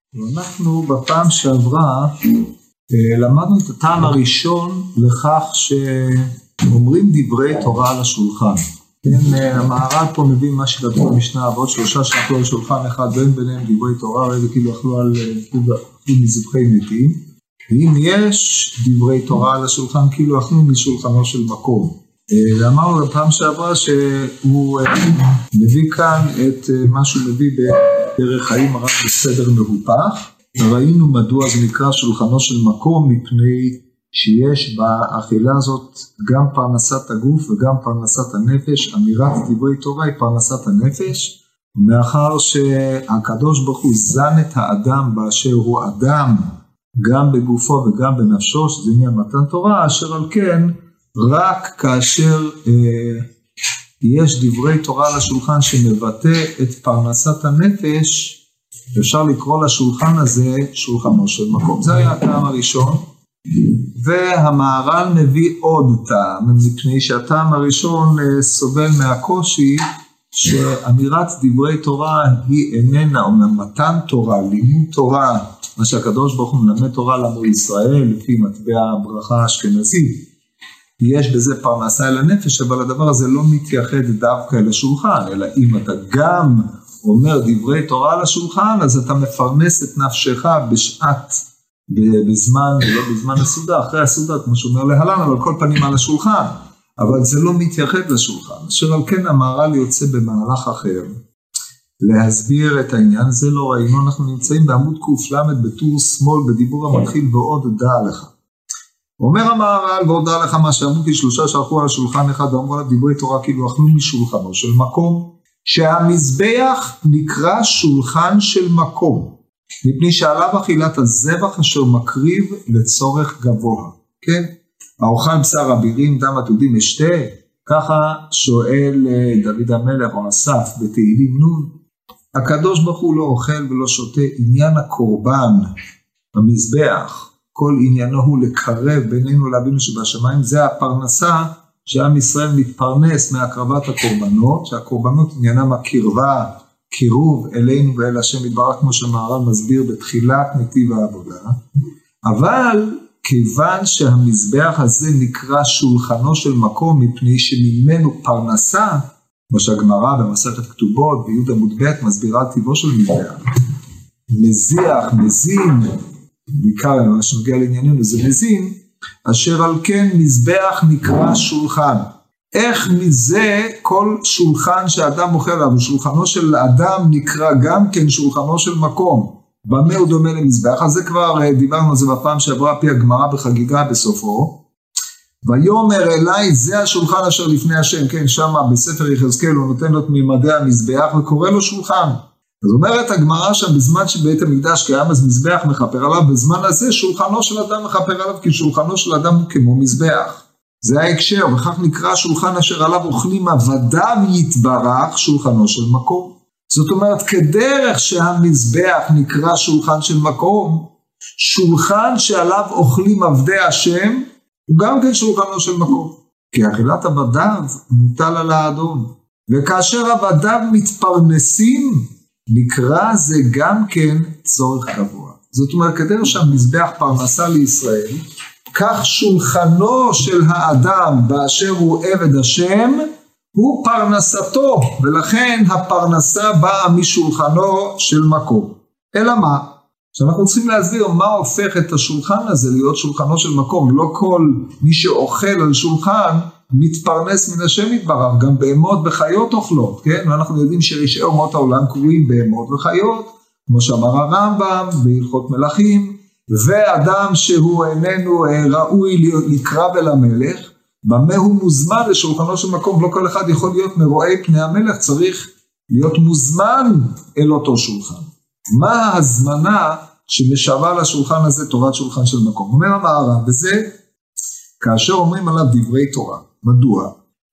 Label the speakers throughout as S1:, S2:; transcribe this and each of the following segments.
S1: אנחנו בפעם שעברה למדנו את הטעם הראשון לכך שאומרים דברי תורה על השולחן. כן, המהר"ל פה מביא מה שכתוב במשנה, ועוד 3 שאכלו על שולחן אחד ואין ביניהם דברי תורה, הרי כאילו אכלו מזבחי מתים. ואם יש דברי תורה על השולחן, כאילו אכלו משולחנו של מקום. ואמרנו בפעם שעברה שהוא מביא כאן את מה שהוא מביא בדרך חיים רק בסדר מהופך. ראינו מדוע זה נקרא שולחנו של מקום, מפני שיש באכילה הזאת גם פרנסת הגוף וגם פרנסת הנפש. אמירת דברי תורה היא פרנסת הנפש, מאחר שהקדוש ברוך הוא זן את האדם באשר הוא אדם, גם בגופו וגם בנפשו, שזה עניין מתן תורה, אשר על כן רק כאשר יש דברי תורה על השולחן שמבטא את פרנסת הנפש, אפשר לקרוא לשולחן הזה שולחנו של מקום. זה היה הטעם הראשון, והמהר"ל מביא עוד טעם, מפני שהטעם הראשון סובל מהקושי שאמירת דברי תורה היא איננה, אומנם מתן תורה, לימוד תורה, מה שהקדוש ברוך הוא מלמד תורה לעמו ישראל לפי מטבע הברכה האשכנזית, יש בזה פרנסה אל הנפש, אבל הדבר הזה לא מתייחד דווקא אל השולחן, אלא אם אתה גם אומר דברי תורה על השולחן, אז אתה מפרנס את נפשך בשעת, בזמן, לא בזמן הסעודה, אחרי הסעודה, כמו שאומר להלן, אבל כל פנים על השולחן, אבל זה לא מתייחד לשולחן. אשר על כן המהר"ל יוצא במהלך אחר, להסביר את העניין. זה לא ראינו, אנחנו נמצאים בעמוד קל' בטור שמאל, בדיבור המתחיל ועוד דע לך. אומר המהר"ל ועוד דע לך מה שאמרו כי 3 שהלכו על השולחן אחד, ואמרו עליו דברי תורה כאילו אכלו משולחנו של מקום, שהמזבח נקרא שולחן של מקום, מפני שעליו אכילת הזבח אשר מקריב לצורך גבוה. כן? האוכל בשר אבירים דם עתודים אשתה, ככה שואל דוד המלך או אסף בתהילים נ'. הקדוש ברוך הוא לא אוכל ולא שותה. עניין הקורבן המזבח, כל עניינו הוא לקרב בינינו לאבינו שבשמיים, זה הפרנסה שעם ישראל מתפרנס מהקרבת הקורבנות, שהקורבנות עניינם הקרבה, קירוב אלינו ואל השם יתברך, כמו שהמהר"ל מסביר בתחילת נתיב העבודה. אבל כיוון שהמזבח הזה נקרא שולחנו של מקום, מפני שממנו פרנסה, כמו שהגמרא במסכת כתובות בי' עמוד ב' מסבירה על טיבו של מזבח, מזיח, מזין, בעיקר מה שנוגע לענייננו זה מזין, אשר על כן מזבח נקרא שולחן. איך מזה כל שולחן שאדם אוכל עליו, שולחנו של אדם נקרא גם כן שולחנו של מקום? במה הוא דומה למזבח? אז זה כבר דיברנו על זה בפעם שעברה פי הגמרא בחגיגה בסופו. ויאמר אליי זה השולחן אשר לפני השם, כן, שמה בספר יחזקאל הוא נותן לו את ממדי המזבח וקורא לו שולחן. אז אומרת הגמרא שם בזמן שבית המקדש קיים אז מזבח מכפר עליו, בזמן הזה שולחנו של אדם מכפר עליו, כי שולחנו של אדם הוא כמו מזבח. זה ההקשר, וכך נקרא שולחן אשר עליו אוכלים עבדיו יתברך שולחנו של מקום. זאת אומרת, כדרך שהמזבח נקרא שולחן של מקום, שולחן שעליו אוכלים עבדי השם הוא גם כן שולחנו של מקום, כי אכילת עבדיו מוטל על האדון, וכאשר עבדיו מתפרנסים נקרא זה גם כן צורך קבוע. זאת אומרת, כדרך שהמזבח פרנסה לישראל, כך שולחנו של האדם באשר הוא עבד השם הוא פרנסתו, ולכן הפרנסה באה משולחנו של מקום. אלא מה? שאנחנו צריכים להסביר מה הופך את השולחן הזה להיות שולחנו של מקום. לא כל מי שאוכל על שולחן מתפרנס מן השם יתברך, גם בהמות וחיות אוכלות, כן? ואנחנו יודעים שרשעי אומות העולם קרויים בהמות וחיות, כמו שאמר הרמב"ם בהלכות מלכים, ואדם שהוא איננו ראוי לקרב אל המלך, במה הוא מוזמן לשולחנו של מקום? לא כל אחד יכול להיות מרואי פני המלך, צריך להיות מוזמן אל אותו שולחן. מה ההזמנה שמשווה לשולחן הזה תורת שולחן של מקום? אומר המהר"ל, וזה כאשר אומרים עליו דברי תורה. מדוע?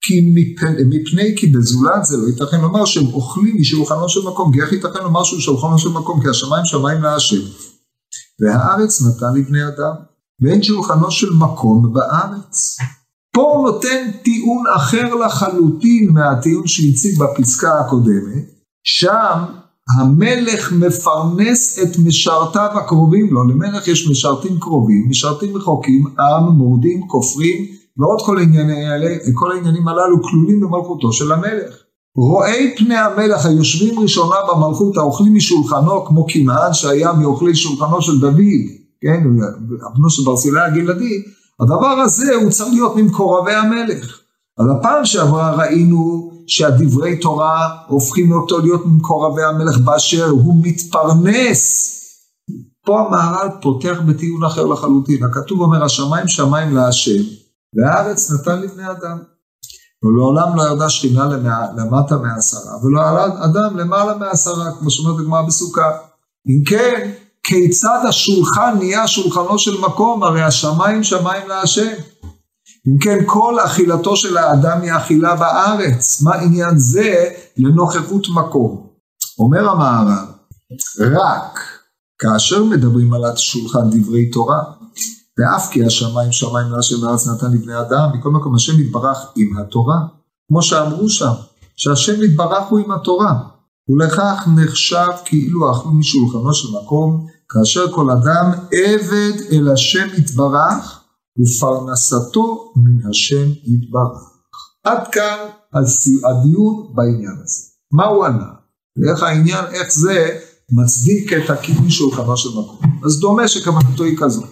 S1: כי בזולת זה לא ייתכן לומר שהם אוכלים משולחנו של מקום, כי איך ייתכן לומר שהוא שולחנו של מקום? כי השמיים שמיים להשם, והארץ נתן לבני אדם, ואין שולחנו של מקום בארץ. פה הוא נותן טיעון אחר לחלוטין מהטיעון שהציג בפסקה הקודמת, שם המלך מפרנס את משרתיו הקרובים לו, למלך יש משרתים קרובים, משרתים רחוקים, עם, מורדים, כופרים, ועוד כל העניינים הללו כלולים במלכותו של המלך. רואי פני המלך היושבים ראשונה במלכות, האוכלים משולחנו, כמו כמען שהיה מאוכלי שולחנו של דוד, כן, הבנו של ברזילי הגלעדי, הדבר הזה הוא צריך להיות ממקורבי המלך. אז הפעם שעברה ראינו שהדברי תורה הופכים אותו להיות ממקורבי המלך באשר הוא מתפרנס. פה המהר"ל פותח בטיעון אחר לחלוטין. הכתוב אומר, השמיים שמיים להשם, והארץ נתן לבני אדם. ולעולם לא ירדה שכינה למטה מעשרה, ולא ירד אדם למעלה מעשרה, כמו שאומרת הגמרא בסוכה. אם כן, כיצד השולחן נהיה שולחנו של מקום? הרי השמיים שמיים להשם. אם כן, כל אכילתו של האדם היא אכילה בארץ. מה עניין זה לנוכחות מקום? אומר המהר"ל, רק כאשר מדברים על השולחן דברי תורה, ואף כי השמיים שמיים להשם והארץ נתן לבני אדם, מכל מקום השם יתברך עם התורה, כמו שאמרו שם, שהשם יתברך הוא עם התורה, ולכך נחשב כאילו אכלו משולחנו של מקום, כאשר כל אדם עבד אל השם יתברך, ופרנסתו מן השם יתברך. עד כאן הדיון בעניין הזה. מה הוא ענה? ואיך העניין, איך זה מצדיק את הקיום שולחנו של מקום. אז דומה שכוונתו היא כזאת.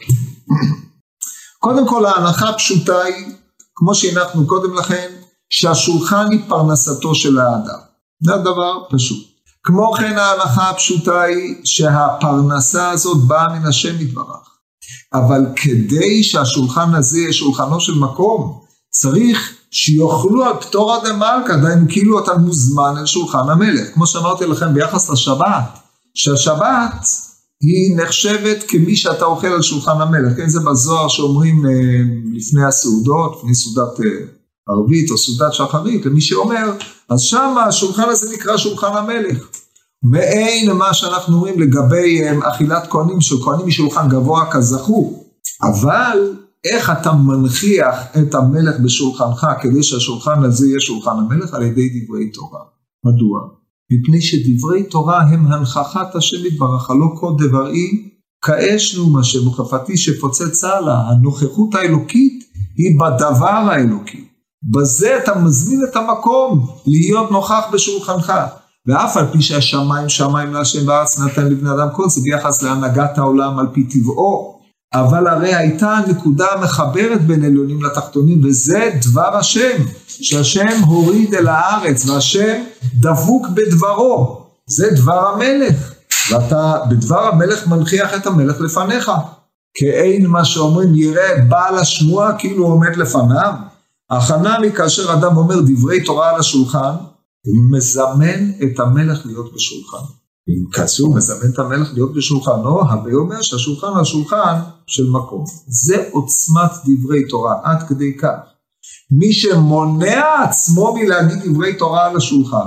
S1: קודם כל ההנחה הפשוטה היא, כמו שהנחנו קודם לכן, שהשולחן היא פרנסתו של האדם. זה הדבר פשוט. כמו כן ההנחה הפשוטה היא שהפרנסה הזאת באה מן השם יתברך. אבל כדי שהשולחן הזה יהיה שולחנו של מקום, צריך שיוכלו על פטורא דמלכא, דהיינו כאילו אתה מוזמן אל שולחן המלך. כמו שאמרתי לכם ביחס לשבת, שהשבת היא נחשבת כמי שאתה אוכל על שולחן המלך. כן, זה בזוהר שאומרים לפני הסעודות, לפני סעודת ערבית או סעודת שחרית, למי שאומר, אז שם השולחן הזה נקרא שולחן המלך. מעין מה שאנחנו אומרים לגבי אכילת כהנים, שכהנים משולחן גבוה כזכו, אבל איך אתה מנחיח את המלך בשולחנך, כדי שהשולחן הזה יהיה שולחן המלך? על ידי דברי תורה. מדוע? מפני שדברי תורה הם הנחחת השם יתברך, הלא כה דברי כאש נאום השם וכפתי שפוצץ עלה. הנוכחות האלוקית היא בדבר האלוקי, בזה אתה מזמין את המקום להיות נוכח בשולחנך. ואף על פי שהשמיים שמיים להשם והארץ נתן לבני אדם, כל זה ביחס להנהגת העולם על פי טבעו, אבל הרי הייתה הנקודה המחברת בין עליונים לתחתונים, וזה דבר השם, שהשם הוריד אל הארץ, והשם דבוק בדברו, זה דבר המלך, ואתה בדבר המלך מנחיח את המלך לפניך, כאין מה שאומרים יראה בעל השמוע כאילו עומד לפניו. הכנה מכאשר אדם אומר דברי תורה על השולחן, הוא מזמן את המלך להיות בשולחן. אם כסו מזמן את המלך להיות בשולחנו, הווי אומר שהשולחן הוא השולחן של מקום. זה עוצמת דברי תורה, עד כדי כך. מי שמונע עצמו מלהגיד דברי תורה על השולחן,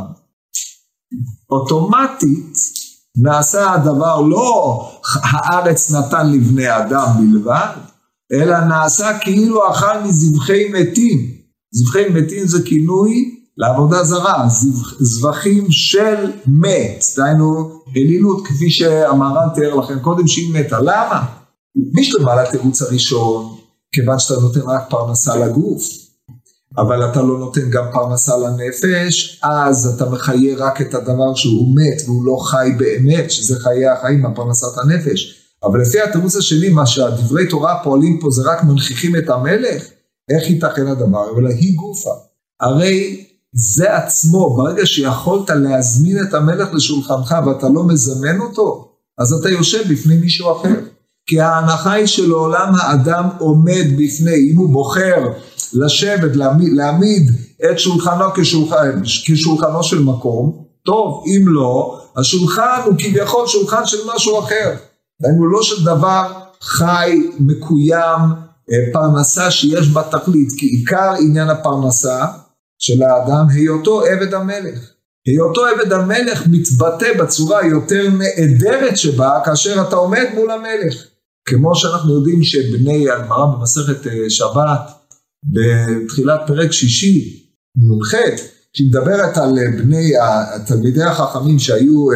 S1: אוטומטית נעשה הדבר לא הארץ נתן לבני אדם בלבד, אלא נעשה כאילו אכל מזבחי מתים. זבחי מתים זה כינוי לעבודה זרה, זבחים של מת, דהיינו אלילות כפי שהמהר"ל תיאר לכם קודם שהיא מתה. למה? משתמע לתירוץ הראשון, כיוון שאתה נותן רק פרנסה לגוף, אבל אתה לא נותן גם פרנסה לנפש, אז אתה מחיה רק את הדבר שהוא מת והוא לא חי באמת, שזה חיי החיים, הפרנסת הנפש. אבל לפי התירוץ השני, מה שהדברי תורה פועלים פה זה רק מנחיכים את המלך, איך ייתכן הדבר? אבל היא גופה. הרי זה עצמו, ברגע שיכולת להזמין את המלך לשולחנך ואתה לא מזמן אותו, אז אתה יושב בפני מישהו אחר. כי ההנחה היא שלעולם האדם עומד בפני, אם הוא בוחר לשבת, להעמיד את שולחנו כשולחנו של מקום, טוב, אם לא, השולחן הוא כביכול שולחן של משהו אחר. דהיינו לא של דבר חי, מקוים, פרנסה שיש בה תכלית, כי עיקר עניין הפרנסה של האדם היותו עבד המלך. היותו עבד המלך מתבטא בצורה יותר נהדרת שבה כאשר אתה עומד מול המלך. כמו שאנחנו יודעים שבני הגמרא במסכת שבת בתחילת פרק שישי מונחת, שהיא מדברת על בני תלמידי החכמים שהיו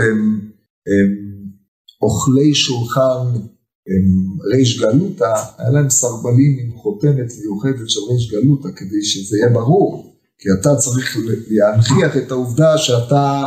S1: אוכלי שולחן ריש גלותה, היה להם סרבלים עם חותמת מיוחדת של ריש גלותה, כדי שזה יהיה ברור, כי אתה צריך להנחיח את העובדה שאתה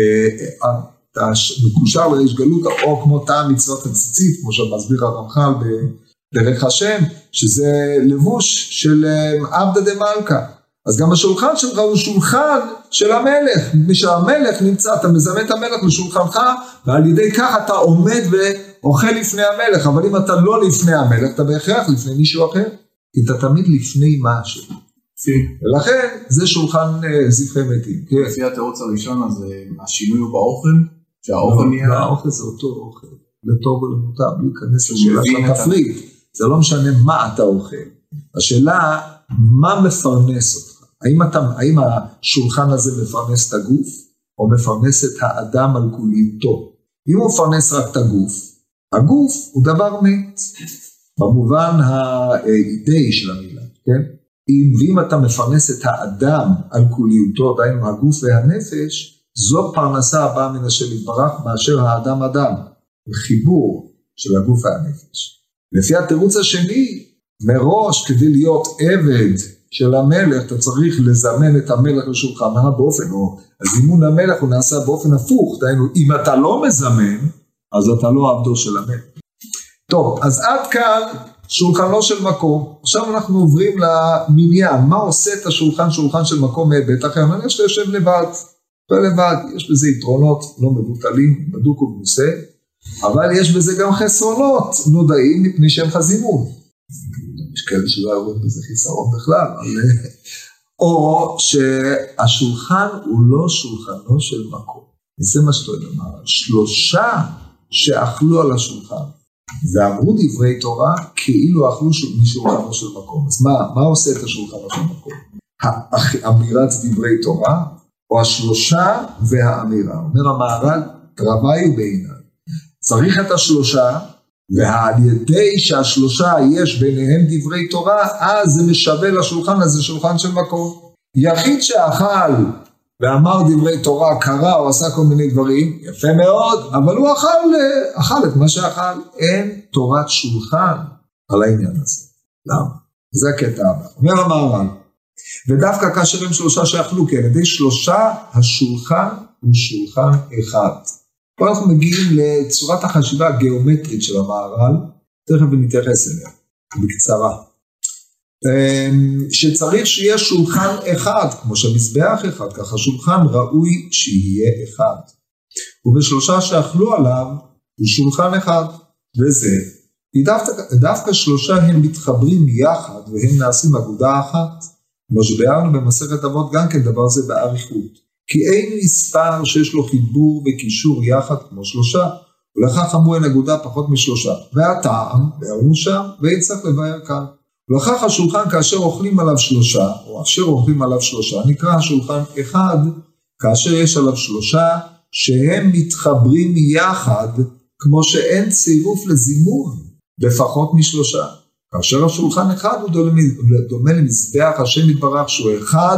S1: מקושר לריש גלותה, או כמו טעם מצוות הציצית, כמו שמסביר הרמח"ל בדרך השם, שזה לבוש של עבדא דמלכה. אז גם השולחן שלך הוא שולחן של המלך, משהמלך נמצא, אתה מזמן את המלך לשולחנך, ועל ידי כך אתה עומד ואוכל לפני המלך, אבל אם אתה לא לפני המלך, אתה בהכרח לפני מישהו אחר, כי אתה תמיד לפני משהו. ולכן זה שולחן זבחי מתים.
S2: לפי התירוץ הראשון, אז השינוי הוא באוכל, שהאוכל נהיה...
S1: האוכל זה אותו אוכל, לטוב ולמוטב, בלי להיכנס לשאלה של תפריט, זה לא משנה מה אתה אוכל, השאלה מה מפרנס אותך, האם השולחן הזה מפרנס את הגוף, או מפרנס את האדם על כוליותו. אם הוא מפרנס רק את הגוף הוא דבר מת, במובן האידאי של המילה, כן? ואם אתה מפרנס את האדם על כוליותו, דהיינו הגוף והנפש, זו פרנסה הבאה מן השם יתברך, מאשר האדם אדם, חיבור של הגוף והנפש. לפי התירוץ השני, מראש כדי להיות עבד של המלך, אתה צריך לזמן את המלך לשולחנך באופן, או הזימון המלך הוא נעשה באופן הפוך, דהיינו, אם אתה לא מזמן, אז אתה לא עבדו של המלך. טוב, אז עד כאן שולחנו של מקום. עכשיו אנחנו עוברים למניין, מה עושה את השולחן, שולחן של מקום בית אחר? אני שאתה יושב לבד, יש בזה יתרונות לא מבוטלים, בדוק ובנושא, אבל יש בזה גם חסרונות נודעים מפני שהם חזימון. יש כאלה שלא רואים בזה חיסרון בכלל, או שהשולחן הוא לא שולחנו של מקום. זה מה שאתה אומר, 3 שאכלו על השולחן, ואמרו דברי תורה כאילו אכלו משולחנו של מקום. אז מה עושה את השולחנו של מקום? אמירת דברי תורה, או 3 והאמירה. אומר המהר"ל, תרוויו בעיניי. צריך את 3, ועל ידי שה3 יש ביניהם דברי תורה, אז זה משווה לשולחן הזה, שולחן של מקום. יחיד שאכל ואמר דברי תורה, קרא או עשה כל מיני דברים, יפה מאוד, אבל הוא אכל את מה שאכל. אין תורת שולחן על העניין הזה. למה? זה הקטע הבא. אומר המהר"ל, ודווקא כאשר הם 3 שאכלו, כי על ידי 3 השולחן הוא שולחן אחד. פה אנחנו מגיעים לצורת החשיבה הגיאומטרית של המהר"ל, תכף נתייחס אליה, בקצרה. שצריך שיהיה שולחן אחד, כמו שמזבח אחד, ככה שולחן ראוי שיהיה אחד. וב3 שאכלו עליו הוא שולחן אחד, וזה, דווקא 3 הם מתחברים יחד, והם נעשים אגודה אחת, כמו שביארנו במסכת אבות גם כן דבר זה באריכות. כי אין מספר שיש לו חיבור וקישור יחד כמו 3, ולכך אמרו אין אגודה פחות מ3. והטעם, ביארנו שם, ויצטרך לבאר כאן. ולכך השולחן כאשר אוכלים עליו 3, או אשר אוכלים עליו 3, נקרא השולחן אחד, כאשר יש עליו 3, שהם מתחברים יחד, כמו שאין צירוף לזימון, בפחות מ3. כאשר השולחן אחד הוא דומה למזבח השם יתברך, שהוא אחד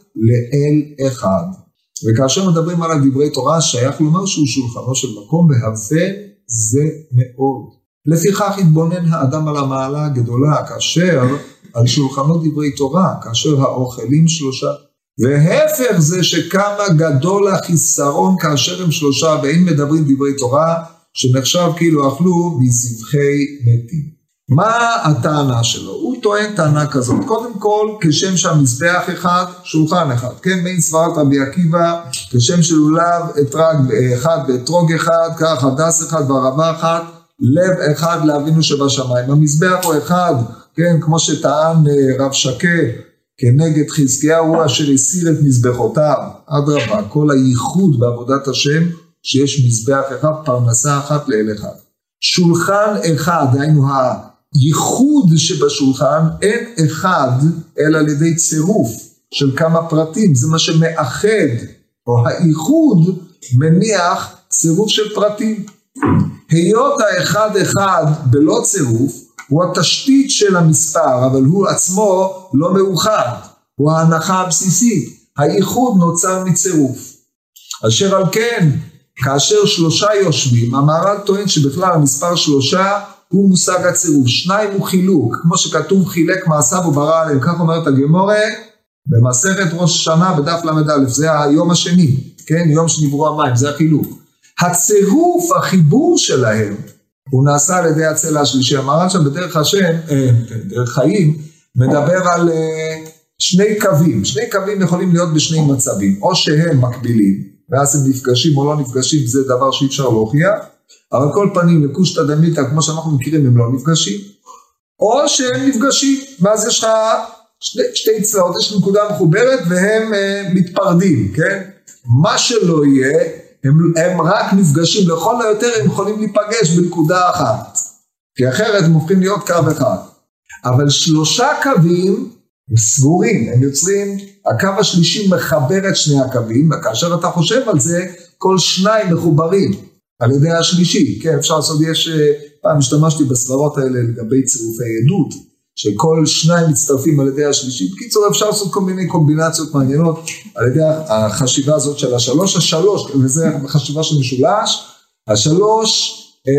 S1: לאל אחד. וכאשר מדברים על דברי תורה, שייך לומר שהוא שולחנו של מקום, והווה זה מאוד. לפיכך התבונן האדם על המעלה הגדולה, כאשר על שולחנו דברי תורה, כאשר האוכלים 3. והפך זה שכמה גדול החיסרון כאשר הם 3, ואין מדברים דברי תורה, שנחשב כאילו אכלו מזבחי מתים. מה הטענה שלו? הוא טוען טענה כזאת. קודם כל, כשם שהמזבח אחד, שולחן אחד. כן, בין סברת רבי עקיבא, כשם של לולב, אתרג אחד ואתרוג אחד, כך הדס אחד וערבה אחת, לב אחד לאבינו שבשמיים. המזבח הוא אחד, כן, כמו שטען רב שקה, כנגד חזקיהו הוא אשר הסיר את מזבחותיו. אדרבה, כל הייחוד בעבודת השם, שיש מזבח אחד, פרנסה אחת לאל אחד. שולחן אחד, היינו הייחוד שבשולחן, אין אחד אלא על ידי צירוף של כמה פרטים, זה מה שמאחד, או הייחוד מניח צירוף של פרטים. היות האחד אחד בלא צירוף, הוא התשתית של המספר, אבל הוא עצמו לא מאוחד, הוא ההנחה הבסיסית. הייחוד נוצר מצירוף. אשר על כן, כאשר 3 יושבים, המהר"ל טוען שבכלל המספר 3 הוא מושג הצירוף. 2 הוא חילוק, כמו שכתוב חילק מעשיו וברא עליהם, כך אומרת הגמורה, במסכת ראש השנה בדף ל"א, זה היום השני, כן? יום שנבראו המים, זה החילוק. הצירוף, החיבור שלהם, הוא נעשה על ידי הצלע השלישי. המהר"ל שם בדרך השם, דרך חיים, מדבר על 2 קווים. 2 קווים יכולים להיות בשני מצבים, או שהם מקבילים, ואז הם נפגשים או לא נפגשים, זה דבר שאי אפשר להוכיח, אבל כל פנים לקושטא דמילתא, כמו שאנחנו מכירים, הם לא נפגשים, או שהם נפגשים, ואז יש לך 2 צלעות, יש נקודה מחוברת, והם מתפרדים, כן? מה שלא יהיה, הם רק נפגשים, לכל היותר הם יכולים להיפגש בנקודה אחת, כי אחרת הם הופכים להיות קו אחד. אבל 3 קווים סגורים, הם יוצרים, הקו השלישי מחבר את 2 הקווים, וכאשר אתה חושב על זה, כל 2 מחוברים על ידי השלישי, כן, אפשר לעשות, פעם השתמשתי בסברות האלה לגבי צירופי עדות, שכל 2 מצטרפים על ידי השלישי, בקיצור אפשר לעשות כל מיני קומבינציות מעניינות, על ידי החשיבה הזאת של השלוש, וזה חשיבה של משולש, 3,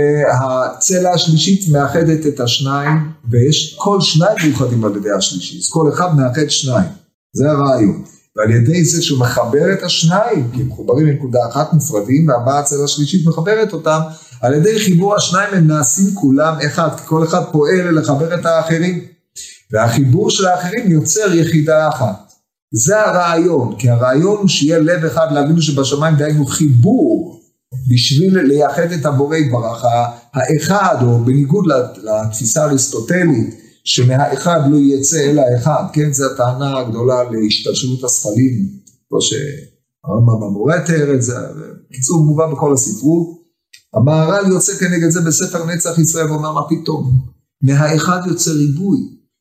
S1: הצלע השלישית מאחדת את 2, ויש כל 2 מאוחדים על ידי השלישי, אז כל אחד מאחד 2, זה הרעיון, ועל ידי זה שהוא מחבר את 2, כי הם מחוברים לנקודה אחת נפרדים, והבאה הצלע השלישית מחברת אותם, על ידי חיבור 2 הם נעשים כולם אחד, כי כל אחד פועל לחבר את האחרים, והחיבור של האחרים יוצר יחידה אחת, זה הרעיון, כי הרעיון הוא שיהיה לב אחד לאבינו שבשמיים, דהיינו חיבור, בשביל לייחד את הבורא יתברך, האחד, או בניגוד לתפיסה האריסטוטלית, שמהאחד לא יצא אלא האחד, כן, זו הטענה הגדולה להשתלשלות השכלים, כמו שהרמב"ם במורה תיאר את זה, בקיצור מובא בכל הספרות, המהר"ל יוצא כנגד זה בספר נצח ישראל, ואומר מה פתאום, מהאחד יוצא ריבוי,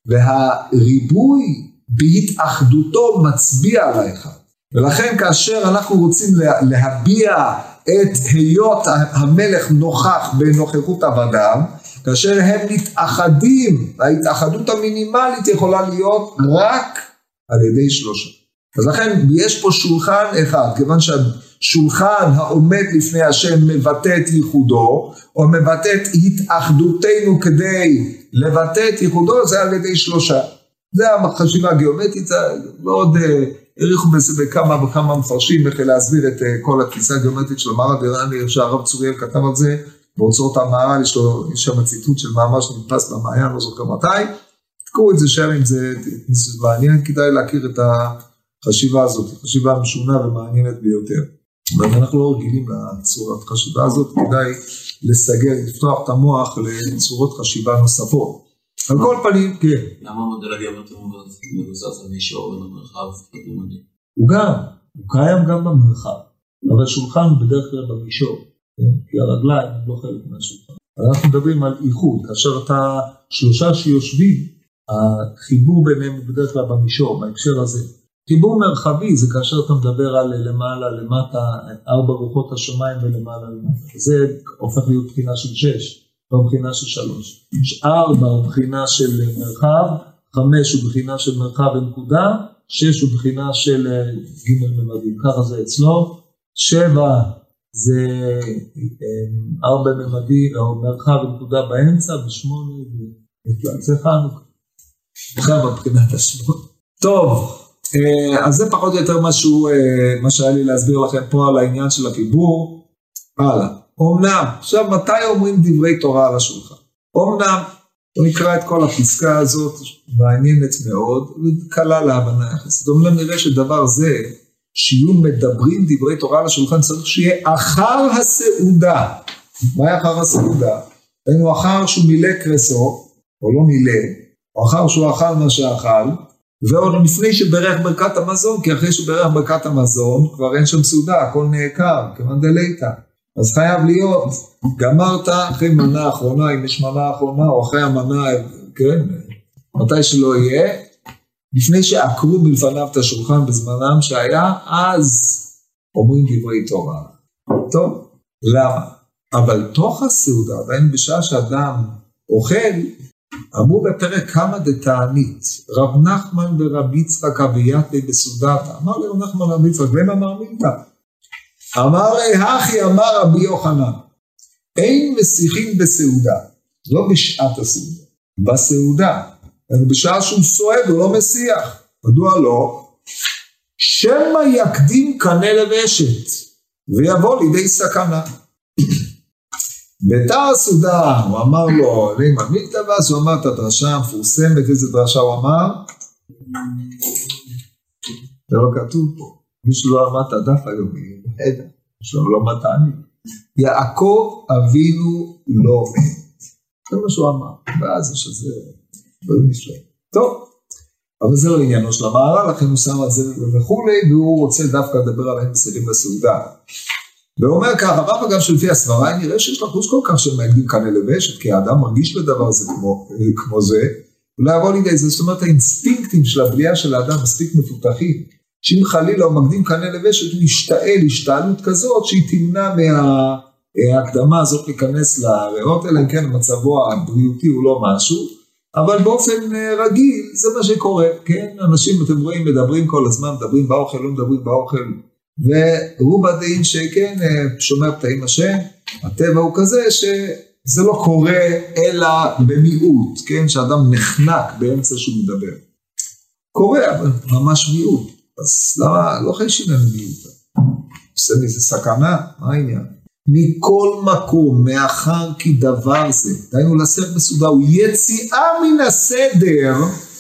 S1: והריבוי בהתאחדותו מצביע על האחד, ולכן כאשר אנחנו רוצים להביע את היות המלך נוכח בנוכחות עבדיו, כאשר הם מתאחדים, ההתאחדות המינימלית יכולה להיות רק על ידי 3. אז לכן יש פה שולחן אחד, כיוון שהשולחן העומד לפני השם מבטא את ייחודו, או מבטא את התאחדותנו כדי לבטא את ייחודו, זה על ידי 3. זה החשיבה הגיאומטרית, זה מאוד העריכו בזה בכמה וכמה מפרשים, איך להסביר את כל התפיסה הגיאומטרית של המהר"ל, וראה שהרב צוריאל כתב על זה, בהוצאות המהר"ל, יש שם ציטוט של מאמר שנדפס במעיין, לא זוכר מתי, תקראו את זה שם, אם זה מעניין, כדאי להכיר את החשיבה הזאת, חשיבה משונה ומעניינת ביותר. אבל אנחנו לא רגילים לצורת חשיבה הזאת, כדאי לסגל, לפתוח את המוח לצורות חשיבה נוספות. על כל פנים, כן.
S3: למה המודל הגיאומטרי מבוסס על מישור בין המרחב?
S1: הוא קיים גם במרחב, אבל שולחן הוא בדרך כלל במישור, כי הרגליים הם לא חלק מהשולחן. אנחנו מדברים על איחוד, כאשר אתה 3 שיושבים, החיבור ביניהם הוא בדרך כלל במישור, בהקשר הזה. חיבור מרחבי זה כאשר אתה מדבר על למעלה, למטה, 4 רוחות השמיים ולמעלה למטה. זה הופך להיות בחינה של 6. לא בחינה של 3, 4 הוא בחינה של מרחב, 5 הוא בחינה של מרחב ונקודה, 6 הוא בחינה של ג' ממדים, ככה זה אצלו, 7 זה 4 ממדים, או מרחב ונקודה באמצע, ו8 זה חנוכה, עכשיו בבחינת השמונה. טוב, אז זה פחות או יותר מה שהיה לי להסביר לכם פה על העניין של החיבור, הלאה. אומנם, עכשיו מתי אומרים דברי תורה על השולחן? אומנם, בוא נקרא את כל הפסקה הזאת, מעניינת מאוד, וקלה להבנה יחסית. אומנם נראה שדבר זה, שיהיו מדברים דברי תורה על השולחן, צריך שיהיה אחר הסעודה. מה אחר הסעודה? היינו אחר שהוא מילא קרסו, או לא מילא, או אחר שהוא אכל מה שאכל, ועוד לפני שברך ברכת המזון, כי אחרי שברך ברכת המזון, כבר אין שם סעודה, הכל נעקר, כמובן דלייתא. אז חייב להיות, גמרת אחרי מנה האחרונה, אם יש מנה האחרונה, או אחרי המנה, כן, מתי שלא יהיה, לפני שעקרו מלפניו את השולחן בזמנם שהיה, אז אומרים דברי תורה. טוב, למה? אבל תוך הסעודה, עדיין בשעה שאדם אוכל, אמרו בפרק כמה דתענית, רב נחמן ורב יצחק אבייתי בסעודתה, אמר לי רב נחמן ורב יצחק, והם אמר מילתא, אמר לי הכי אמר רבי יוחנן, אין מסיחים בסעודה, לא בשעת הסעודה, בסעודה, בשעה שהוא סועד הוא לא מסיח, מדוע לא? שמא יקדים קנה לבשת, ויבוא לידי סכנה. בתא הסעודה, הוא אמר לו, לימה מילתא, ואז הוא אמר את הדרשה המפורסמת, איזה דרשה הוא אמר? זה לא כתוב פה, מישהו לא אמר את הדף היום, מישהו לא מתעני. יעקב אבינו לא מת. זה מה שהוא אמר, ואז יש שזה לא משלם. טוב, אבל זה לא עניינו של המהר"ל, לכן הוא שם על זה וכולי, והוא רוצה דווקא לדבר עליהם בסעידים בסעודה. והוא אומר ככה, הרב אגב שלפי הסברה, נראה שיש לחוש כל כך שמאגדים קנה לבשת, כי האדם מרגיש לדבר הזה כמו זה, אולי יבוא לידי זה, זאת אומרת האינסטינקטים של הבריאה של האדם מספיק מפותחים, שאם חלילה הוא מקדים קנה לבשת, הוא ישתעל השתעלות כזאת, שהיא תמנע מההקדמה הזאת להיכנס לריאות, אלא אם כן מצבו הבריאותי הוא לא משהו, אבל באופן רגיל זה מה שקורה, כן? אנשים אתם רואים מדברים כל הזמן, מדברים באוכל, לא מדברים באוכל, ורוב הדעים שכן שומר פתאים השם, הטבע הוא כזה שזה לא קורה אלא במיעוט, כן? שאדם נחנק באמצע שהוא מדבר. קורה, אבל ממש מיעוט. אז למה לא חיישים לנו מיעוט? עושה מזה סכנה? מה העניין? מכל מקום, מאחר כי דבר זה, דיינו לסך בסעודה, הוא יציאה מן הסדר,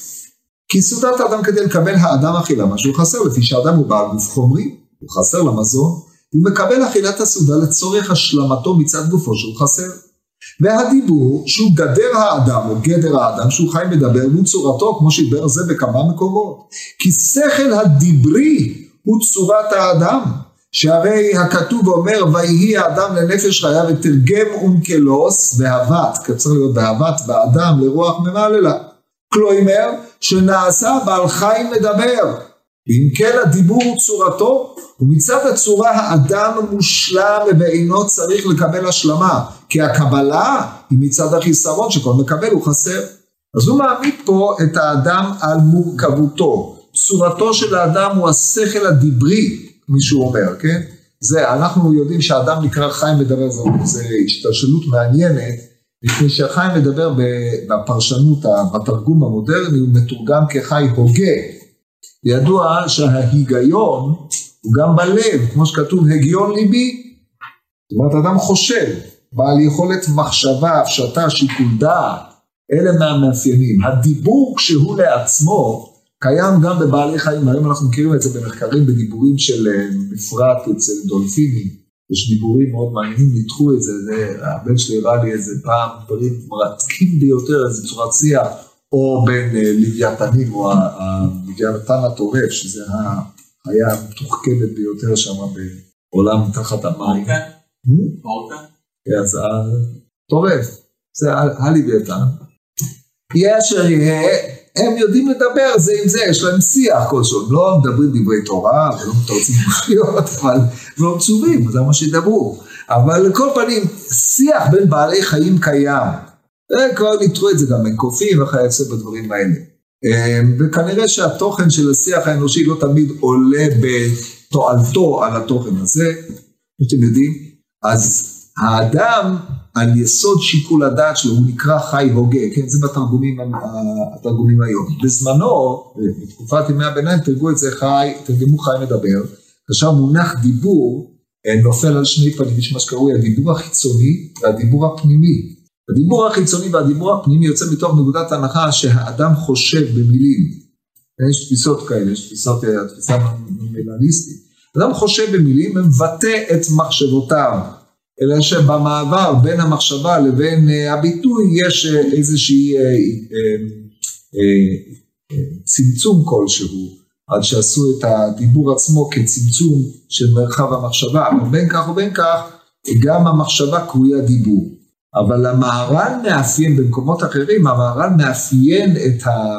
S1: כי סעודת האדם כדי לקבל האדם אכילה, מה שהוא חסר, לפי שהאדם הוא בעל גוף חומרי, הוא חסר למזון, הוא מקבל אכילת הסעודה לצורך השלמתו מצד גופו שהוא חסר. והדיבור שהוא גדר האדם או גדר האדם שהוא חי מדבר הוא צורתו כמו שידבר זה בכמה מקומות. כי שכל הדיברי הוא צורת האדם. שהרי הכתוב אומר ויהי האדם לנפש חיה ותרגם אונקלוס בהבת, קצר להיות בהבת באדם לרוח ממללה. כלומר שנעשה בעל חיים מדבר. ואם כן הדיבור הוא צורתו, ומצד הצורה האדם מושלם ואינו צריך לקבל השלמה, כי הקבלה היא מצד החיסרון שכל מקבל הוא חסר. אז הוא מעמיד פה את האדם על מורכבותו. צורתו של האדם הוא השכל הדיברי, מישהו אומר, כן? זה, אנחנו יודעים שהאדם נקרא חיים מדבר, זה השתלשלות מעניינת, לפני שהחיים מדבר בפרשנות, בתרגום המודרני, הוא מתורגם כחי הוגה. ידוע שההיגיון הוא גם בלב, כמו שכתוב הגיון ליבי, זאת אומרת אדם חושב, בעל יכולת מחשבה, הפשטה, שיקול דעת, אלה מהמאפיינים. הדיבור כשהוא לעצמו קיים גם בבעלי חיים, היום אנחנו מכירים את זה במחקרים בדיבורים של מפרט אצל דולפינים, יש דיבורים מאוד מעניינים, ניתחו את זה, הבן שלי הראה לי איזה פעם, דברים מרתקים ביותר, איזה צורת שיח, או בין לוויתנים, או הלוויתן הטורף, שזה היה המתוחכמת ביותר שם בעולם תחת המים.
S3: אורקן?
S1: כן, זה טורף, זה הלוויתן. ישר יהיה, הם יודעים לדבר זה עם זה, יש להם שיח כלשהו, לא מדברים דברי תורה, ולא מתרצים בחיות, אבל לא מצובים, זה מה שידברו. אבל לכל פנים, שיח בין בעלי חיים קיים. וכבר ניתחו את זה גם מקופים וכיוצא בדברים האלה. וכנראה שהתוכן של השיח האנושי לא תמיד עולה בתועלתו על התוכן הזה, אתם יודעים, אז האדם על יסוד שיקול הדעת שלו הוא נקרא חי הוגה, כן? זה בתרגומים היום. בזמנו, בתקופת ימי הביניים, תרגמו חי מדבר, כאשר מונח דיבור נופל על שני פנים, יש מה שקרוי הדיבור החיצוני והדיבור הפנימי. הדיבור החיצוני והדיבור הפנימי יוצא מתוך נקודת הנחה שהאדם חושב במילים. יש תפיסות כאלה, יש תפיסה נומינליסטית. האדם חושב במילים, מבטא את מחשבותיו. אלא שבמעבר בין המחשבה לבין הביטוי יש איזושהי צמצום כלשהו, עד שעשו את הדיבור עצמו כצמצום של מרחב המחשבה. אבל בין כך ובין כך, גם המחשבה קרויה דיבור. אבל המהר"ל מאפיין במקומות אחרים, המהר"ל מאפיין את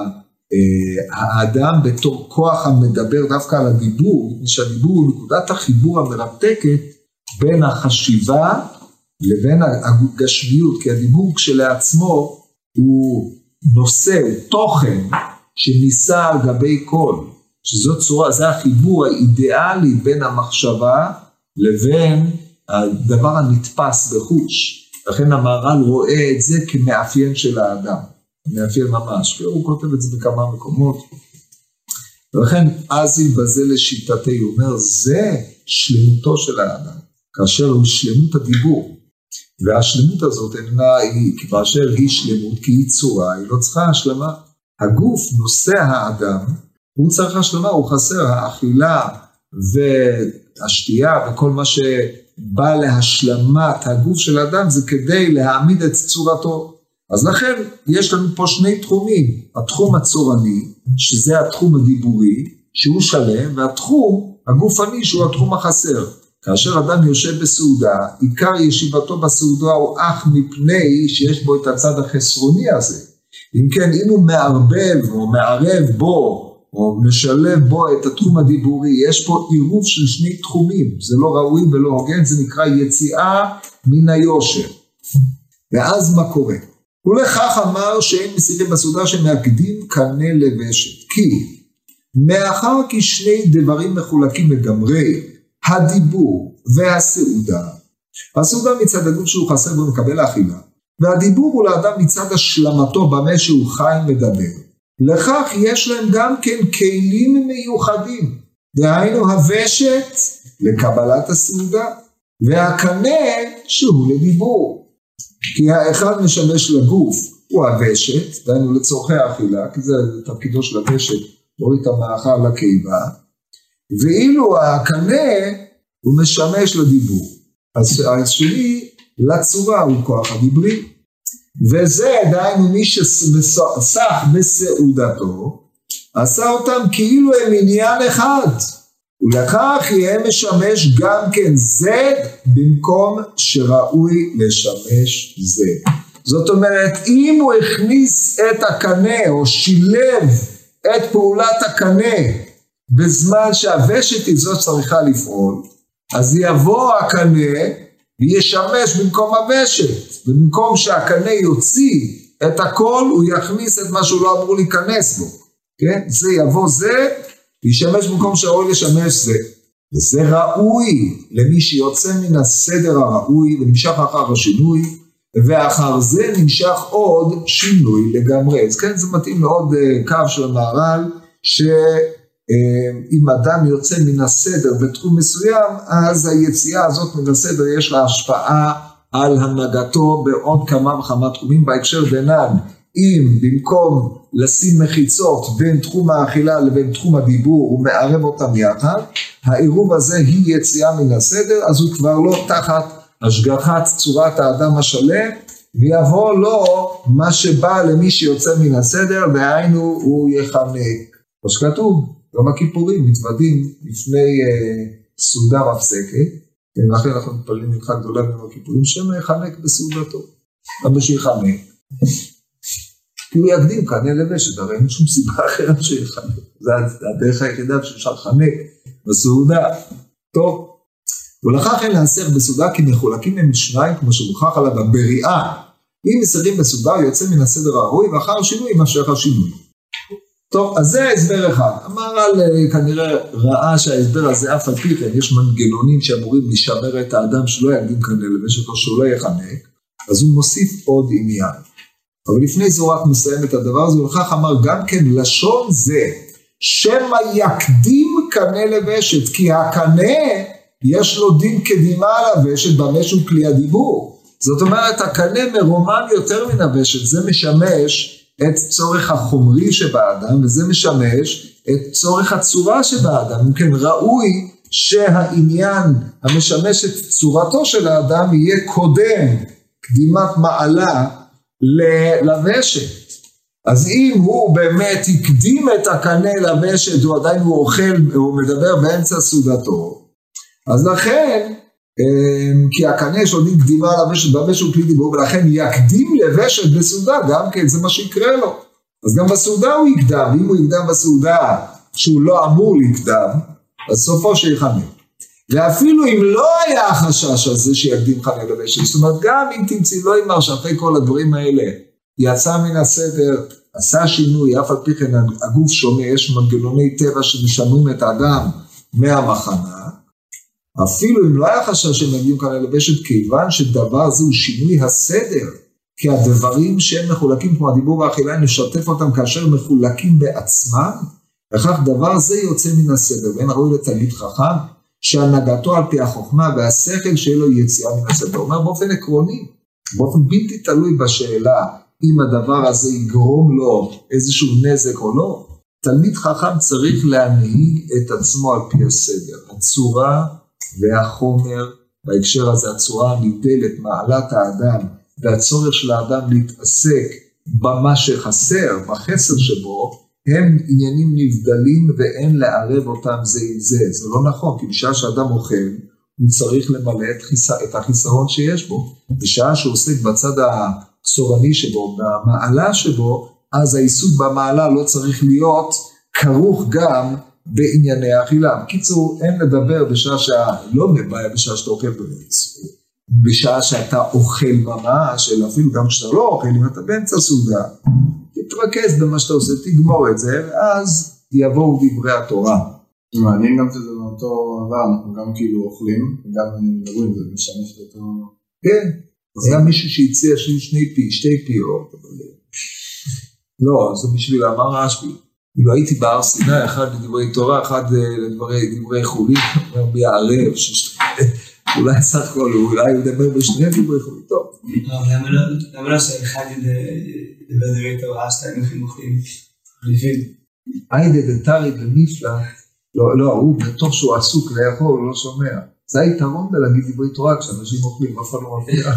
S1: האדם בתור כוח המדבר דווקא על הדיבור, שהדיבור הוא נקודת החיבור המרתקת בין החשיבה לבין הגשמיות, כי הדיבור כשלעצמו הוא נושא, תוכן, שניסה על גבי כל, שזאת צורה, זה החיבור האידיאלי בין המחשבה לבין הדבר הנתפס בחוש. לכן המהר"ל רואה את זה כמאפיין של האדם, מאפיין ממש, והוא כותב את זה בכמה מקומות. ולכן אזיל בזה לשיטתי, הוא אומר, זה שלמותו של האדם, כאשר הוא שלמות הדיבור. והשלמות הזאת אינה היא, כאשר היא שלמות, כי היא צורה, היא לא צריכה השלמה. הגוף נושא האדם, הוא צריך השלמה, הוא חסר, האכילה והשתייה וכל מה שבא להשלמת הגוף של האדם, זה כדי להעמיד את צורתו. אז לכן יש לנו פה שני תחומים, התחום הצורני, שזה התחום הדיבורי, שהוא שלם, והתחום הגופני, שהוא התחום החסר. כאשר אדם יושב בסעודה, עיקר ישיבתו בסעודה הוא אך מפני שיש בו את הצד החסרוני הזה. אם כן, אם הוא מערבב או מערב בו, או משלב בו את התחום הדיבורי, יש פה עירוב של שני תחומים, זה לא ראוי ולא הוגן, זה נקרא יציאה מן היושר. ואז מה קורה? ולכך אמר שאין מסירים בסעודה שמאגדים קנה לבשת, כי מאחר כי שני דברים מחולקים לגמרי, הדיבור והסעודה, הסעודה מצד הגוף שהוא חסר בו מקבל האכילה, והדיבור הוא לאדם מצד השלמתו במה שהוא חי מדבר. לכך יש להם גם כן כלים מיוחדים, דהיינו הוושת לקבלת הסעודה, והקנה שהוא לדיבור. כי האחד משמש לגוף הוא הוושת, דהיינו לצורכי האכילה, כי זה תפקידו של הוושת, להוריד את המאכל לקיבה, ואילו הקנה הוא משמש לדיבור. אז השני לצורה הוא כוח הדיברי, וזה דהיינו מי שסח בסעודתו, עשה אותם כאילו הם עניין אחד, ולכך יהיה משמש גם כן זה במקום שראוי לשמש זה. זאת אומרת, אם הוא הכניס את הקנה או שילב את פעולת הקנה בזמן שהוושת היא זאת צריכה לפעול, אז יבוא הקנה וישמש במקום הוושת, ובמקום שהקנה יוציא את הכל, הוא יכניס את מה שהוא לא אמור להיכנס בו. כן? זה יבוא זה, וישמש במקום שראוי לשמש זה. וזה ראוי למי שיוצא מן הסדר הראוי, ונמשך אחר השינוי, ואחר זה נמשך עוד שינוי לגמרי. אז כן, זה מתאים מאוד קו של המהר"ל, שאם אדם יוצא מן הסדר בתחום מסוים, אז היציאה הזאת מן הסדר יש לה השפעה על הנהגתו בעוד כמה וכמה תחומים, בהקשר בינן, אם במקום לשים מחיצות בין תחום האכילה לבין תחום הדיבור, הוא מערב אותם יחד, העירוב הזה היא יציאה מן הסדר, אז הוא כבר לא תחת השגחת צורת האדם השלם, ויבוא לו מה שבא למי שיוצא מן הסדר, והיינו הוא יחנק. כמו שכתוב, יום הכיפורים מתוודים לפני סעודה מפסקת, ולכן אנחנו מתפללים מנחה גדולה ביום הכיפורים, שמא יחנק בסעודתו. אבל שיחנק. כי הוא יקדים קנה לבשת, הרי אין שום סיבה אחרת שיחנק. זה הדרך היחידה שאפשר לחנק בסעודה. טוב. ולכך אין להסר בסעודה כי מחולקים הם שניים, כמו שמוכח עליו בבריאה. אם מסרים בסעודה הוא יוצא מן הסדר הראוי, ואחר שינוי יימשך השינוי. טוב, אז זה ההסבר אחד. המהר"ל כנראה ראה שההסבר הזה אף על פי כן, יש מנגנונים שאמורים לשמר את האדם שלא יקדים קנה לבשת או שהוא לא יחנק, אז הוא מוסיף עוד עניין. אבל לפני זה הוא רק מסיים את הדבר הזה, ולכך אמר גם כן לשון זה, שמא יקדים קנה לבשת, כי הקנה יש לו דין קדימה על הוושת במה שהוא כלי הדיבור. זאת אומרת, הקנה מרומם יותר מן הוושת, זה משמש את צורך החומרי שבאדם, וזה משמש את צורך הצורה שבאדם. כן, ראוי שהעניין המשמש את צורתו של האדם יהיה קודם, קדימת מעלה לוושת. אז אם הוא באמת הקדים את הקנה לוושת, הוא עדיין הוא אוכל, הוא מדבר באמצע סעודתו, אז לכן, כי הקנה יש לו דין קדימה לוושת, בוושת הוא כלי דיבור, ולכן יקדים לוושת בסעודה, גם כן זה מה שיקרה לו. אז גם בסעודה הוא יקדם, ואם הוא יקדם בסעודה שהוא לא אמור לקדם, אז סופו שיחנק. ואפילו אם לא היה החשש הזה שיקדים חנה לוושת, זאת אומרת גם אם תמצאי לא אמר שאחרי כל הדברים האלה, יצא מן הסדר, עשה שינוי, אף על פי כן הגוף שונה, יש מנגנוני טבע שמשמרים את האדם מהמחנה, אפילו אם לא היה חשש שהם מגיעים כאן ללבשת, כיוון שדבר זה הוא שינוי הסדר, כי הדברים שהם מחולקים כמו הדיבור והאכילה, נשתף אותם כאשר מחולקים בעצמם, וכך דבר זה יוצא מן הסדר, ואין ראוי לתלמיד חכם, שהנהגתו על פי החוכמה והשכל שיהיה לו יציאה מן הסדר. הוא אומר באופן עקרוני, באופן בלתי תלוי בשאלה, אם הדבר הזה יגרום לו איזשהו נזק או לא, תלמיד חכם צריך להנהיג את עצמו על פי הסדר. הצורה והחומר, בהקשר הזה הצורה נבדלת מעלת האדם, והצורך של האדם להתעסק במה שחסר, בחסר שבו, הם עניינים נבדלים ואין לערב אותם זה עם זה. זה לא נכון, כי בשעה שאדם אוכל, הוא צריך למלא את החיסרון שיש בו. בשעה שהוא עוסק בצד הצורני שבו, במעלה שבו, אז העיסוק במעלה לא צריך להיות כרוך גם בענייני האכילה. בקיצור, אין לדבר בשעה לא מבעיה בשעה שאתה אוכל בשעה שאתה אוכל ממש, אלא אפילו גם כשאתה לא אוכל, אם אתה באמצע סעודה, תתרכז במה שאתה עושה, תגמור את זה, ואז יבואו דברי התורה.
S2: מעניין גם שזה מאותו עבר, אנחנו גם כאילו אוכלים, וגם מדברים, זה משמש אותו.
S1: כן, היה מישהו שהציע שתי פיות, לא, זה בשביל אמר רשב"י, כאילו הייתי בהר סיני, אחד לדברי תורה, אחד לדברי חולין, אומר בי הערב, אולי סך הכל, אולי הוא ידבר בשני דברי חולין, טוב.
S4: למה לא שאחד ידבר דברי תורה, שתיים מוכלים?
S1: היידה דתרי בנפלא, לא, הוא בתוך שהוא עסוק לאכול, הוא לא שומע. זה היתרון בלהגיד דברי תורה כשאנשים אוכלים, אף אחד לא מפריע.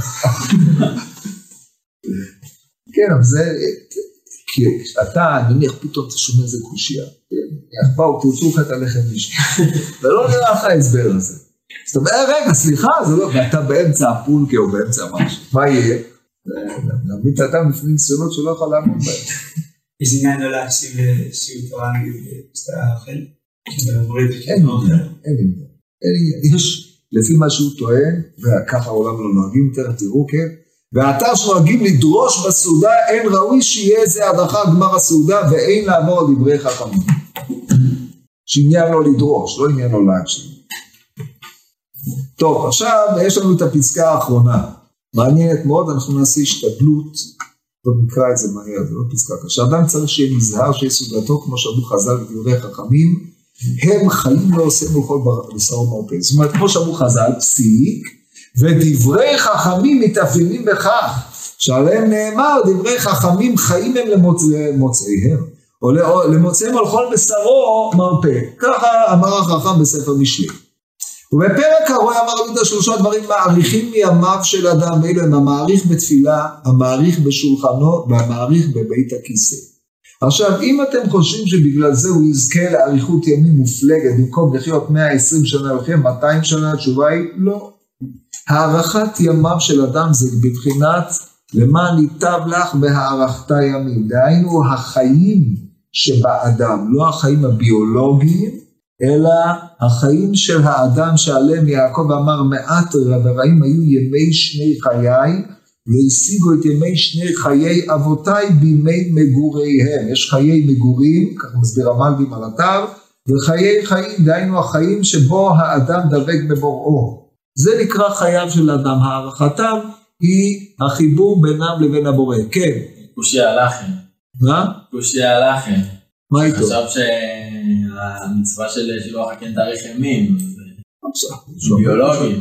S1: כן, אבל זה, כי אתה נניח פתאום אתה שומע איזה קושיה, באו תרצו לך את הלחם מישהו, ולא נראה לך ההסבר הזה. אז אתה אומר, רגע, סליחה, זה לא, ואתה באמצע הפולקה או באמצע משהו, מה יהיה? נעמיד את האדם לפני ניסיונות שלא יכול לעמוד בהם.
S4: יש עניין לא להקשיב לשיעור תורה נגיד שאתה אוכל?
S1: אין עניין. יש לפי מה שהוא טוען, וככה העולם לא נוהגים יותר, תראו כן, ואתה שנוהגים לדרוש בסעודה, אין ראוי שיהיה זה הדחה גמר הסעודה, ואין לעבור על דברי חכמים. שעניין לא לדרוש, לא עניין לא להקשיב. טוב, עכשיו יש לנו את הפסקה האחרונה. מעניינת מאוד, אנחנו נעשה השתדלות, עוד נקרא את זה מהר, זה לא פסקה קשה. אדם צריך שיהיה נזהר, שיהיה סעודתו, כמו שאמרו חז"ל ודברי חכמים, הם חיים לא עושים בכל בשר ומרפא. זאת אומרת, כמו שאמרו חז"ל, פסיק, ודברי חכמים מתאפיינים בכך, שעליהם נאמר, דברי חכמים חיים הם למוצאיהם, או למוצאיהם על כל בשרו מרפא. ככה אמר החכם בספר משלי. ובפרק הרוי אמר רבי שלושה דברים מעריכים מימיו של אדם, ואילו הם המעריך בתפילה, המעריך בשולחנו, והמעריך בבית הכיסא. עכשיו, אם אתם חושבים שבגלל זה הוא יזכה לאריכות ימים מופלגת, במקום לחיות 120 שנה הולכים, 200 שנה, התשובה היא לא. הערכת ימיו של אדם זה בבחינת למען ייטב לך בהארכת ימים. דהיינו החיים שבאדם, לא החיים הביולוגיים, אלא החיים של האדם שעליהם יעקב אמר מעט רעים היו ימי שני חיי, לא השיגו את ימי שני חיי אבותיי בימי מגוריהם. יש חיי מגורים, כך מסביר המלבים על אתר, וחיי חיים, דהיינו החיים שבו האדם דבק בבוראו. זה נקרא חייו של אדם, הערכתם היא החיבור בינם לבין הבורא. כן.
S3: קושיה הלכם.
S1: מה?
S3: קושיה הלכם.
S1: מה איתו?
S3: חשב שהמצווה של שילוח הכן תאריך ימים, זה ביולוגי.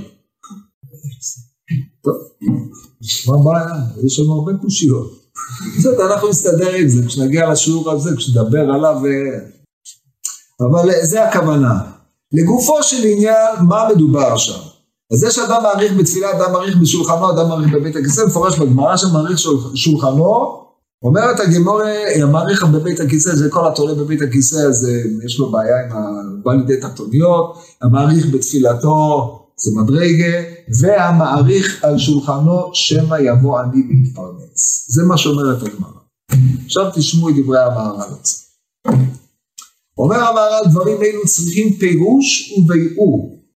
S1: טוב, מה בעיה? יש לנו הרבה קושיות. זאת, אנחנו נסתדר עם זה, כשנגיע לשיעור הזה, כשנדבר עליו, אבל זה הכוונה. לגופו של עניין, מה מדובר שם? אז זה שאדם מעריך בתפילה, אדם מעריך בשולחנו, אדם מעריך בבית הכיסא, מפורש בגמרא שמעריך שולחנו, אומרת הגמרא, המעריך בבית הכיסא, זה כל התורה בבית הכיסא, אז יש לו בעיה עם בא לידי תחתוניות, המעריך בתפילתו, זה מדרגה, והמעריך על שולחנו, שמא יבוא אני להתפרנס. זה מה שאומרת הגמרא. עכשיו תשמעו את דברי המהר"ל. אומר המהר"ל, דברים אלו צריכים פירוש וביאור.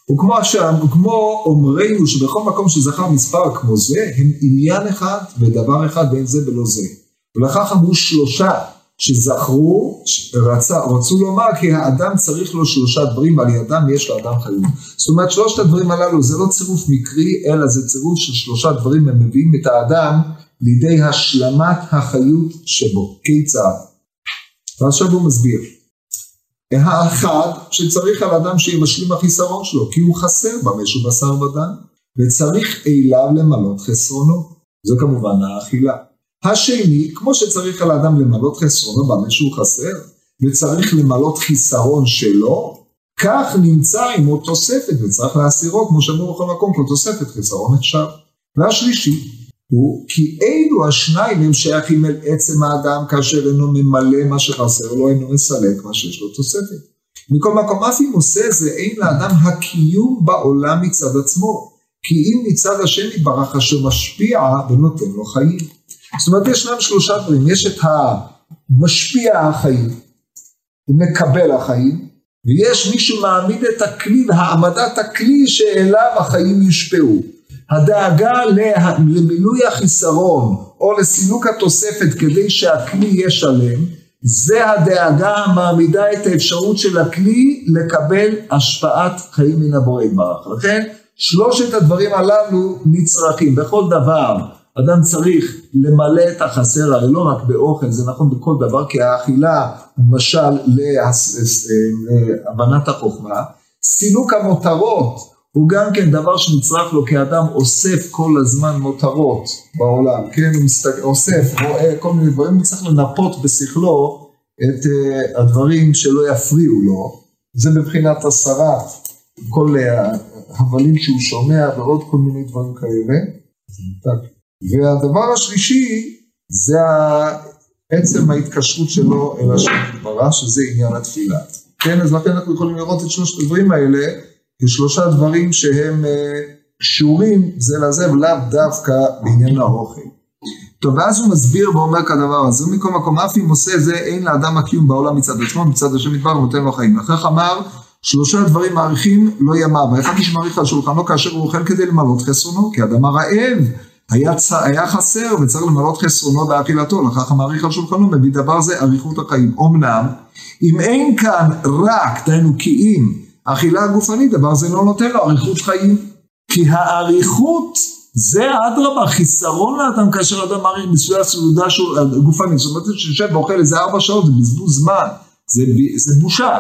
S1: וכמו אומרנו שבכל מקום שזכר מספר כמו זה, הם עניין אחד ודבר אחד ואין זה בלא זה. ולכך אמרו שלושה שזכרו, רצו לומר כי האדם צריך לו שלושה דברים, ועל ידם יש לאדם חיים. זאת אומרת שלושת הדברים הללו זה לא צירוף מקרי, אלא זה צירוף של שלושה דברים, הם מביאים את האדם לידי השלמת החיות שבו. כיצד? ועכשיו הוא מסביר. האחד שצריך על אדם שיהיה משלים החיסרון שלו, כי הוא חסר במש ובשר ודם, וצריך אליו למלות חסרונו. זה כמובן האכילה. השני, כמו שצריך על האדם למלות חסרונו במש שהוא חסר, וצריך למלות חיסרון שלו, כך נמצא עמו תוספת, וצריך להסירו, כמו שאמרו בכל מקום, כל תוספת חסרון עכשיו. והשלישי, הוא כי אילו השניים הם שייכים אל עצם האדם, כאשר אינו ממלא מה שחסר לו, אינו מסלק מה שיש לו תוספת. מכל מקום, אף אם עושה זה, אין לאדם הקיום בעולם מצד עצמו, כי אם מצד השם יתברך אשר משפיע ונותן לו חיים. זאת אומרת, יש להם שלושה דברים, יש את המשפיע החיים, הוא מקבל החיים, ויש מי שמעמיד את הכלי, העמדת הכלי שאליו החיים יושפעו. הדאגה למילוי החיסרון או לסילוק התוספת כדי שהכלי יהיה שלם, זה הדאגה המעמידה את האפשרות של הכלי לקבל השפעת חיים מן הבורא יתברך. לכן שלושת הדברים הללו נצרכים בכל דבר. אדם צריך למלא את החסר, הרי לא רק באוכל, זה נכון בכל דבר, כי האכילה משל להבנת החוכמה. סילוק המותרות הוא גם כן דבר שנצרך לו, כי האדם אוסף כל הזמן מותרות בעולם, כן, הוא אוסף, רואה כל מיני דברים, הוא צריך לנפות בשכלו את הדברים שלא יפריעו לו, זה מבחינת הסרת כל ההבלים שהוא שומע ועוד כל מיני דברים כאלה. והדבר השלישי זה עצם ההתקשרות שלו אל השם יתברך, שזה עניין התפילה. כן, אז לכן אנחנו יכולים לראות את שלושת הדברים האלה, כשלושה דברים שהם קשורים זה לזה, ולאו דווקא בעניין האוכל. טוב, ואז הוא מסביר ואומר כדבר הזה, מכל מקום אף אם עושה זה, אין לאדם הקיום בעולם מצד עצמו, מצד השם יתברך ונותן לו חיים. לכך אמר, שלושה דברים מעריכים לא ימיו, האחד שמעריך על שולחנו כאשר הוא אוכל כדי למלות חסרונו, כי אדם הרעב היה חסר וצריך למלות חסרונו באכילתו, לכך המעריך על שולחנו מביא דבר זה אריכות החיים. אמנם, אם אין כאן רק, דהיינו כי אם, אכילה הגופנית, דבר זה לא נותן לו אריכות חיים, כי האריכות זה אדרבה, חיסרון לאדם כאשר אדם מעריך בסעודה סעודה גופנית, זאת אומרת שיושב ואוכל איזה 4 שעות, זה בזבוז זמן, זה בושה.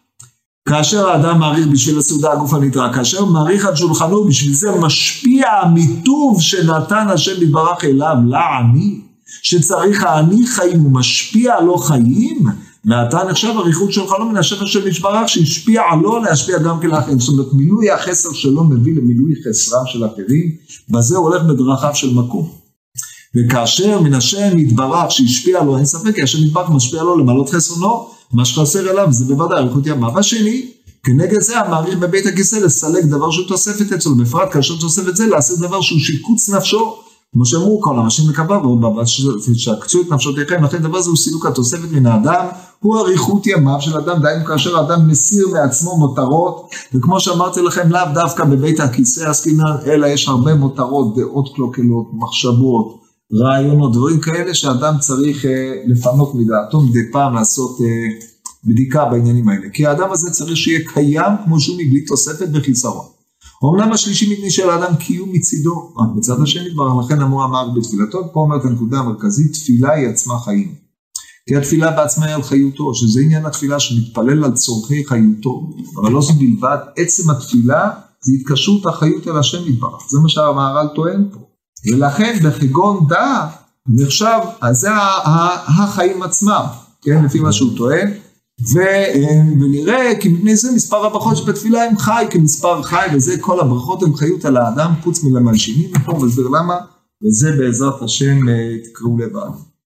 S1: כאשר האדם מעריך בשביל הסעודה הגופנית רק, כאשר מעריך על שולחנו, בשביל זה משפיע המיטוב שנתן השם יתברך אליו לעני, שצריך העני חיים ומשפיע לו חיים, מעתה נחשב אריכות שולחנו מן השם יתברך שהשפיע עלו להשפיע גם כן לאחרים. זאת אומרת, מילוי החסר שלו מביא למילוי חסרם של אחרים, בזה הוא הולך בדרכיו של מקום. וכאשר מן השם יתברך שהשפיע לו, אין ספק, כי השם יתברך משפיע לו למלות חסרונו, מה שחסר אליו זה בוודאי אריכות ימיו. והשני, כנגד זה המעריך בבית הכיסא לסלק דבר שהוא תוספת אצלו, בפרט כאשר תוספת זה לעשות דבר שהוא שיקוץ נפשו, כמו שאמרו כל האנשים לקבע, שהקצו את נפשותיכם, לכן דבר זה הוא סילוק התוספת מן האדם, הוא אריכות ימיו של אדם, דהיינו כאשר האדם מסיר מעצמו מותרות, וכמו שאמרתי לכם, לאו דווקא בבית הכיסא עסקינן, אלא יש הרבה מותרות, דעות קלוקלות, מחשבות, רעיונות, דברים כאלה שאדם צריך לפנות מדעתו, מדי פעם לעשות בדיקה בעניינים האלה, כי האדם הזה צריך שיהיה קיים כמו שהוא מבלי תוספת וחיסרון. אומנם השלישי מפני של האדם קיום מצידו, מצד השם יתברך, לכן אמרו המעריך בתפילתו, פה אומרת הנקודה המרכזית, תפילה היא עצמה חיים. כי התפילה בעצמה היא על חיותו, שזה עניין התפילה שמתפלל על צורכי חיותו, אבל לא זו בלבד, עצם התפילה זה התקשרות החיות אל השם יתברך, זה מה שהמהר"ל טוען פה. ולכן בכגון דעת נחשב, אז זה החיים עצמם, כן, לפי מה שהוא טוען, ונראה כי מפני זה מספר הברכות שבתפילה הם חי כמספר חי, וזה כל הברכות הם חיות על האדם חוץ מלמלשינים, ופה מסביר למה, וזה בעזרת השם תקראו לבד.